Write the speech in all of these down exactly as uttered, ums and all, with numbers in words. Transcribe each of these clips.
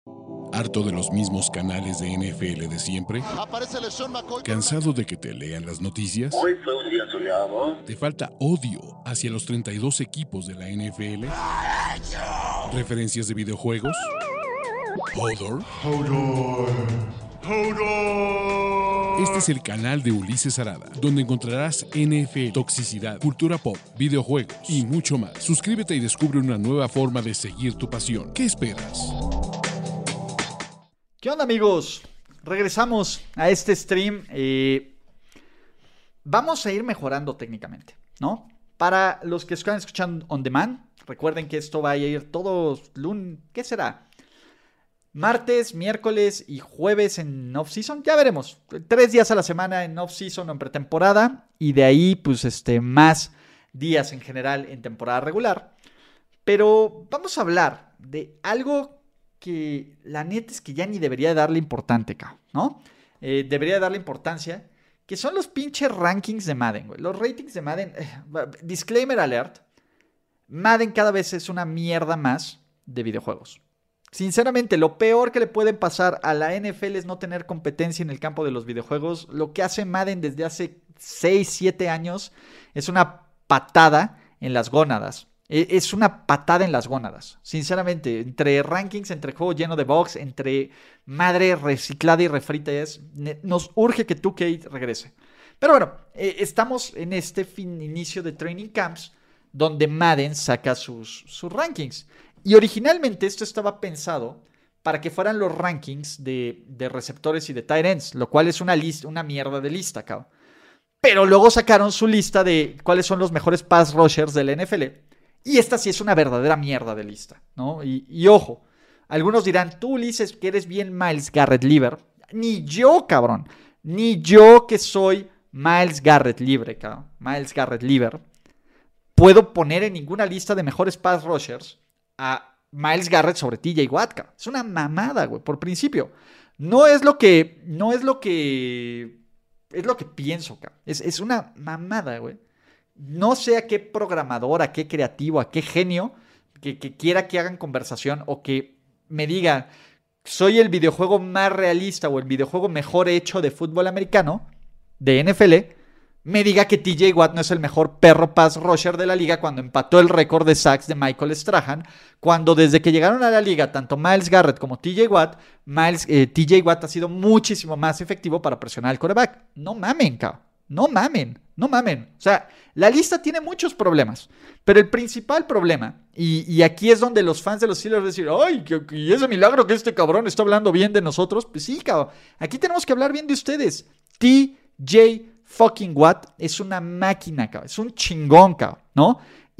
¿Harto de los mismos canales de N F L de siempre? ¿Cansado de que te lean las noticias? Hoy fue un día soleado. ¿Te falta odio hacia los treinta y dos equipos de la N F L? ¿Referencias de videojuegos? ¿Hodor? Hodor. Hodor. Este es el canal de Ulises Arada, donde encontrarás N F L, toxicidad, cultura pop, videojuegos y mucho más. Suscríbete y descubre una nueva forma de seguir tu pasión. ¿Qué esperas? ¿Qué onda, amigos? Regresamos a este stream. Eh, vamos a ir mejorando técnicamente, ¿no? Para los que están escuchando on demand, recuerden que esto va a ir todos lunes. ¿Qué será? Martes, miércoles y jueves en off-season. Ya veremos. Tres días a la semana en off-season o en pretemporada. Y de ahí, pues, este, más días en general en temporada regular. Pero vamos a hablar de algo que la neta es que ya ni debería darle importante, ¿no? Eh, debería darle importancia, que son los pinches rankings de Madden, güey. Los ratings de Madden, eh, disclaimer alert, Madden cada vez es una mierda más de videojuegos. Sinceramente, lo peor que le puede pasar a la N F L es no tener competencia en el campo de los videojuegos. Lo que hace Madden desde hace seis, siete años es una patada en las gónadas. Es una patada en las gónadas, sinceramente, entre rankings, entre juego lleno de bugs, entre madre reciclada y refrita, es, nos urge que dos K regrese. Pero bueno, eh, estamos en este fin, inicio de training camps, donde Madden saca sus, sus rankings. Y originalmente esto estaba pensado para que fueran los rankings de, de receptores y de tight ends, lo cual es una, lista, una mierda de lista, cabrón. Pero luego sacaron su lista de cuáles son los mejores pass rushers de la N F L. Y esta sí es una verdadera mierda de lista, ¿no? Y, y ojo, algunos dirán, tú Ulises, que eres bien Myles Garrett libre. Ni yo, cabrón. Ni yo que soy Myles Garrett libre, cabrón. Myles Garrett libre. Puedo poner en ninguna lista de mejores pass rushers a Myles Garrett sobre T J Watt, cabrón. Es una mamada, güey, por principio. No es lo que... No es lo que... Es lo que pienso, cabrón. Es, es una mamada, güey. No sé a qué programador, a qué creativo, a qué genio que, que quiera que hagan conversación o que me diga, soy el videojuego más realista o el videojuego mejor hecho de fútbol americano, de N F L, me diga que T J Watt no es el mejor perro pass rusher de la liga cuando empató el récord de sacks de Michael Strahan, cuando desde que llegaron a la liga tanto Myles Garrett como T J Watt, Myles, eh, T J Watt ha sido muchísimo más efectivo para presionar al quarterback. No mamen, cabrón. No mamen, no mamen. O sea, la lista tiene muchos problemas, pero el principal problema, y, y aquí es donde los fans de los Steelers decir, ¡ay, y ese milagro que este cabrón está hablando bien de nosotros! Pues sí, cabrón, aquí tenemos que hablar bien de ustedes. T J fucking Watt es una máquina, cabrón, es un chingón, cabrón, ¿no?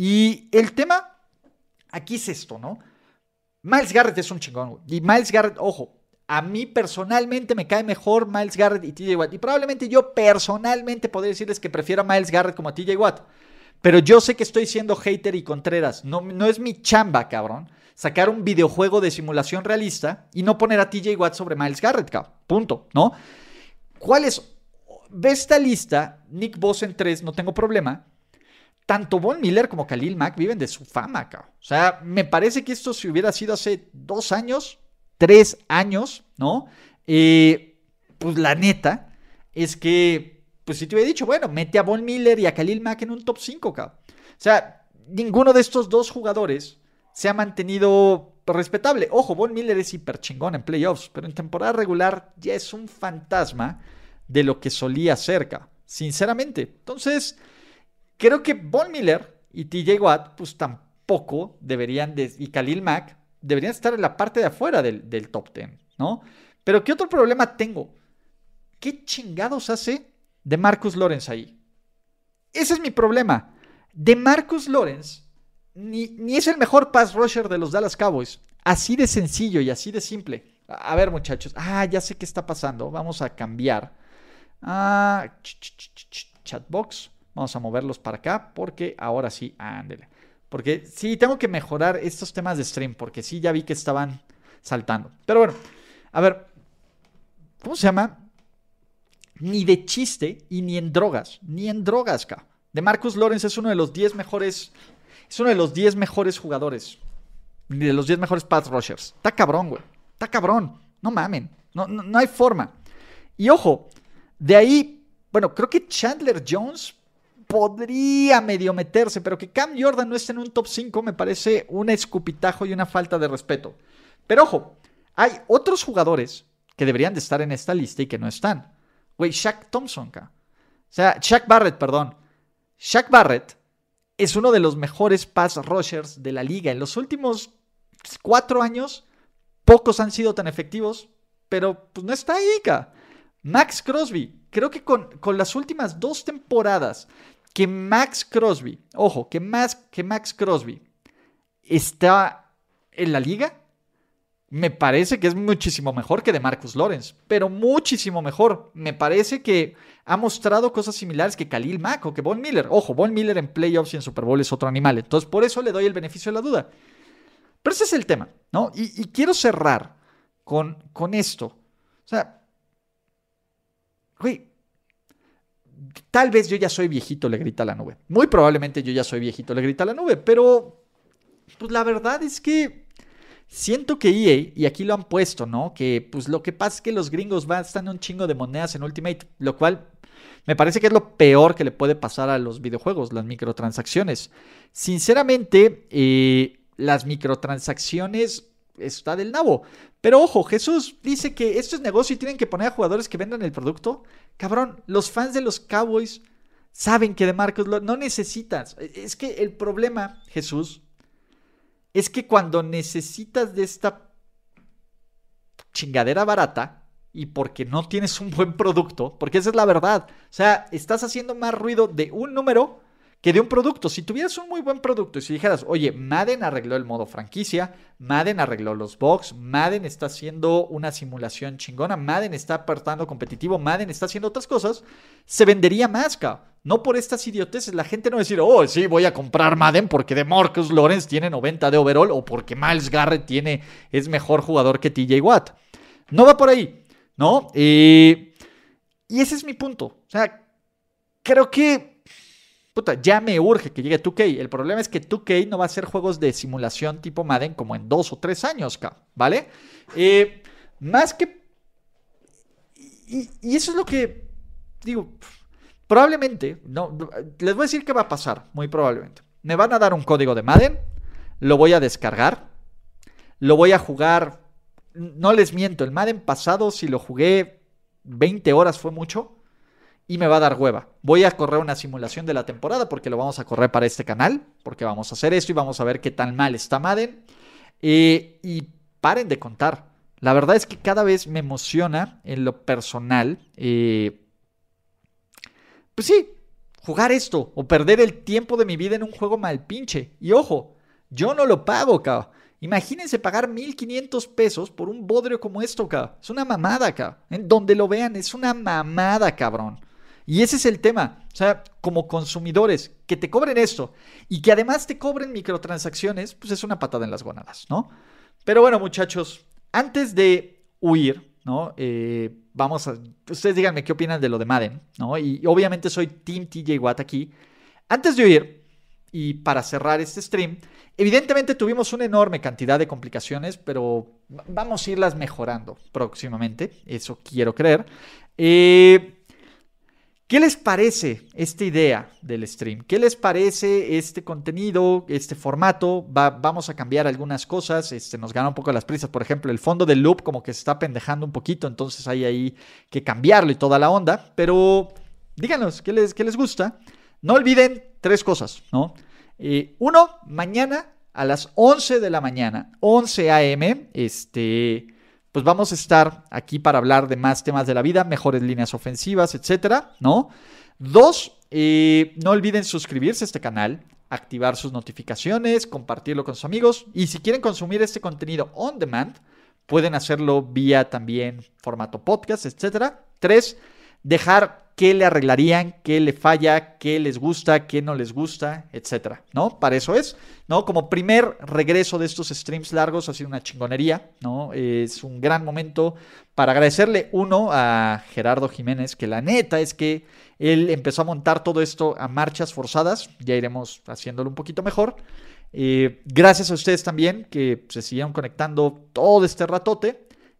Y el tema aquí es esto, ¿no? Myles Garrett es un chingón, güey. Y Myles Garrett, ojo, a mí personalmente me cae mejor Myles Garrett y T J Watt. Y probablemente yo personalmente podría decirles que prefiero a Myles Garrett como a T J Watt. Pero yo sé que estoy siendo hater y contreras. No, no es mi chamba, cabrón, sacar un videojuego de simulación realista y no poner a T J Watt sobre Myles Garrett, cabrón. Punto, ¿no? ¿Cuál es? Ve esta lista. Nick Bosa en tres, no tengo problema. Tanto Von Miller como Khalil Mack viven de su fama, cabrón. O sea, me parece que esto si hubiera sido hace dos años... Tres años, ¿no? Eh, pues la neta es que, pues si te hubiera dicho, bueno, mete a Von Miller y a Khalil Mack en un top cinco, cabrón. O sea, ninguno de estos dos jugadores se ha mantenido respetable. Ojo, Von Miller es hiper chingón en playoffs, pero en temporada regular ya es un fantasma de lo que solía ser, cabrón. Sinceramente. Entonces, creo que Von Miller y T J Watt, pues tampoco deberían, de, y Khalil Mack, deberían estar en la parte de afuera del, del top diez, ¿no? Pero ¿qué otro problema tengo? ¿Qué chingados hace de Marcus Lawrence ahí? Ese es mi problema. De Marcus Lawrence ni, ni es el mejor pass rusher de los Dallas Cowboys. Así de sencillo y así de simple. A, a ver, muchachos. Ah, ya sé qué está pasando. Vamos a cambiar. Ah, ch, ch, ch, ch, chatbox. Vamos a moverlos para acá porque ahora sí, ándele. Porque sí, tengo que mejorar estos temas de stream, porque sí, ya vi que estaban saltando. Pero bueno, a ver, ¿cómo se llama? Ni de chiste y ni en drogas, ni en drogas, ca. De Marcus Lawrence es uno de los diez mejores, es uno de los diez mejores jugadores, de los diez mejores pass rushers. Está cabrón, güey. Está cabrón. No mamen. No, no, no hay forma. Y ojo, de ahí, bueno, creo que Chandler Jones podría medio meterse, pero que Cam Jordan no esté en un top cinco me parece un escupitajo y una falta de respeto. Pero ojo, hay otros jugadores que deberían de estar en esta lista y que no están. Güey, Shaq Thompson, acá. O sea, Shaq Barrett, perdón. Shaq Barrett es uno de los mejores pass rushers de la liga. En los últimos cuatro años, pocos han sido tan efectivos, pero pues no está ahí, acá. Max Crosby, creo que con, con las últimas dos temporadas que Max Crosby, ojo, que, más, que Max Crosby está en la liga, me parece que es muchísimo mejor que DeMarcus Lawrence, pero muchísimo mejor. Me parece que ha mostrado cosas similares que Khalil Mack o que Von Miller. Ojo, Von Miller en playoffs y en Super Bowl es otro animal, entonces por eso le doy el beneficio de la duda. Pero ese es el tema, ¿no? Y, y quiero cerrar con, con esto. O sea, güey, tal vez yo ya soy viejito, le grita a la nube. Muy probablemente yo ya soy viejito, le grita a la nube, pero pues la verdad es que siento que E A, y aquí lo han puesto, ¿no? Que pues lo que pasa es que los gringos gastan un chingo de monedas en Ultimate, lo cual me parece que es lo peor que le puede pasar a los videojuegos, las microtransacciones. Sinceramente, eh, las microtransacciones está del nabo. Pero ojo, Jesús dice que esto es negocio y tienen que poner a jugadores que vendan el producto. Cabrón, los fans de los Cowboys saben que DeMarcus Lawrence no necesitas. Es que el problema, Jesús, es que cuando necesitas de esta chingadera barata y porque no tienes un buen producto, porque esa es la verdad, o sea, estás haciendo más ruido de un número que de un producto. Si tuvieras un muy buen producto y si dijeras, oye, Madden arregló el modo franquicia, Madden arregló los bugs, Madden está haciendo una simulación chingona, Madden está apartando competitivo, Madden está haciendo otras cosas, se vendería más, cabrón. No por estas idioteces. La gente no va a decir, oh, sí, voy a comprar Madden porque DeMarcus Lawrence tiene noventa de overall o porque Myles Garrett tiene, es mejor jugador que T J Watt. No va por ahí, ¿no? Eh, y ese es mi punto. O sea, creo que puta, ya me urge que llegue dos K. El problema es que dos K no va a hacer juegos de simulación tipo Madden como en dos o tres años, ¿vale? Eh, más que... Y, y eso es lo que digo... Probablemente, no, les voy a decir qué va a pasar, muy probablemente. Me van a dar un código de Madden, lo voy a descargar, lo voy a jugar, no les miento, el Madden pasado si lo jugué veinte horas fue mucho y me va a dar hueva. Voy a correr una simulación de la temporada porque lo vamos a correr para este canal, porque vamos a hacer esto y vamos a ver qué tan mal está Madden. Eh, y paren de contar. La verdad es que cada vez me emociona en lo personal, eh, pues sí, jugar esto o perder el tiempo de mi vida en un juego mal pinche. Y ojo, yo no lo pago, cabrón. Imagínense pagar mil quinientos pesos por un bodrio como esto, cabrón. Es una mamada, cabrón. En donde lo vean, es una mamada, cabrón. Y ese es el tema. O sea, como consumidores, que te cobren esto y que además te cobren microtransacciones, pues es una patada en las gónadas, ¿no? Pero bueno, muchachos, antes de huir, ¿no? Eh, vamos a... Ustedes díganme qué opinan de lo de Madden, ¿no? Y obviamente soy Team T J Watt aquí. Antes de huir, y para cerrar este stream, evidentemente tuvimos una enorme cantidad de complicaciones, pero vamos a irlas mejorando próximamente. Eso quiero creer. Eh... ¿Qué les parece esta idea del stream? ¿Qué les parece este contenido, este formato? Va, vamos a cambiar algunas cosas, este, nos gana un poco las prisas. Por ejemplo, el fondo del loop como que se está pendejando un poquito, entonces hay ahí que cambiarlo y toda la onda. Pero díganos, ¿qué les, qué les gusta? No olviden tres cosas, ¿no? Eh, uno, mañana a las once de la mañana, once a eme, este... pues vamos a estar aquí para hablar de más temas de la vida, mejores líneas ofensivas, etcétera, ¿no? Dos, eh, no olviden suscribirse a este canal, activar sus notificaciones, compartirlo con sus amigos. Y si quieren consumir este contenido on demand, pueden hacerlo vía también formato podcast, etcétera. Tres, dejar qué le arreglarían, qué le falla, qué les gusta, qué no les gusta, etcétera, ¿no? Para eso es, ¿no? Como primer regreso de estos streams largos ha sido una chingonería, ¿no? Es un gran momento para agradecerle, uno, a Gerardo Jiménez, que la neta es que él empezó a montar todo esto a marchas forzadas, ya iremos haciéndolo un poquito mejor. Eh, gracias a ustedes también que se siguieron conectando todo este ratote.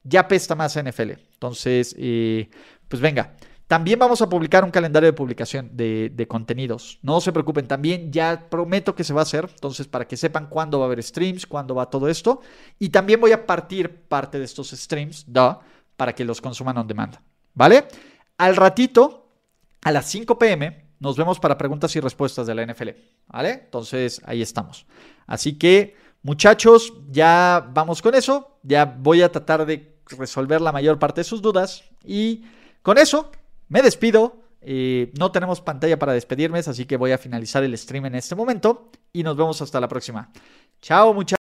ya pesta más N F L. Entonces, eh, pues venga. También vamos a publicar un calendario de publicación de, de contenidos. No se preocupen, también ya prometo que se va a hacer. Entonces, para que sepan cuándo va a haber streams, cuándo va todo esto. Y también voy a partir parte de estos streams, duh, para que los consuman on demand. ¿Vale? Al ratito, a las cinco p.m., nos vemos para preguntas y respuestas de la N F L. ¿Vale? Entonces, ahí estamos. Así que, muchachos, ya vamos con eso. Ya voy a tratar de resolver la mayor parte de sus dudas. Y con eso me despido. Eh, no tenemos pantalla para despedirme, así que voy a finalizar el stream en este momento. Y nos vemos hasta la próxima. Chao, muchachos.